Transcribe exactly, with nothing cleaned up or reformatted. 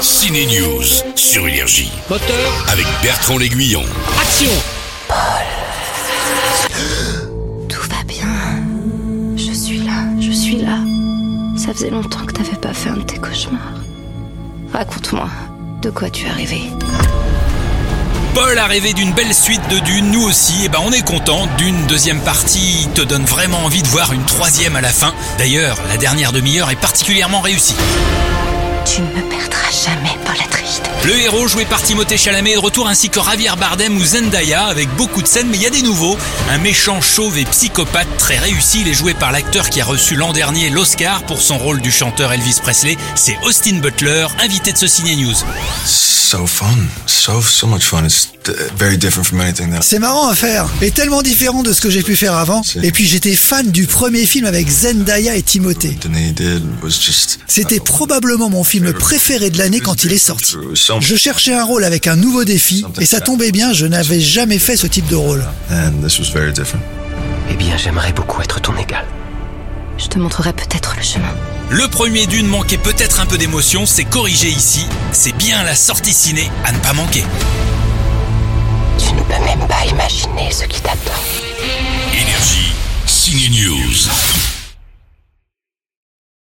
Ciné News sur Énergie. Moteur. Avec Bertrand L'Aiguillon. Action. Tout va bien. Je suis là, je suis là. Ça faisait longtemps que t'avais pas fait un de tes cauchemars. Raconte-moi, de quoi tu es arrivé? Paul a rêvé d'une belle suite de Dune, nous aussi, et ben on est content. Dune deuxième partie te donne vraiment envie de voir une troisième à la fin. D'ailleurs, la dernière demi-heure est particulièrement réussie. Tu ne me perdras jamais, Paul Atreides. Le héros joué par Timothée Chalamet est de retour, ainsi que Javier Bardem ou Zendaya, avec beaucoup de scènes, mais il y a des nouveaux. Un méchant chauve et psychopathe très réussi, il est joué par l'acteur qui a reçu l'an dernier l'Oscar pour son rôle du chanteur Elvis Presley. C'est Austin Butler, invité de ce Ciné News. So fun, so so much fun. It's very different from anything that. C'est marrant à faire, et tellement différent de ce que j'ai pu faire avant. Et puis j'étais fan du premier film avec Zendaya et Timothée. C'était probablement mon film préféré de l'année quand il est sorti. Je cherchais un rôle avec un nouveau défi, et ça tombait bien, je n'avais jamais fait ce type de rôle. Eh bien, j'aimerais beaucoup être ton égal. Je te montrerai peut-être le chemin. Le premier Dune manquait peut-être un peu d'émotion, c'est corrigé ici. C'est bien la sortie ciné à ne pas manquer. Tu ne peux même pas imaginer ce qui t'attend. Énergie, Ciné News.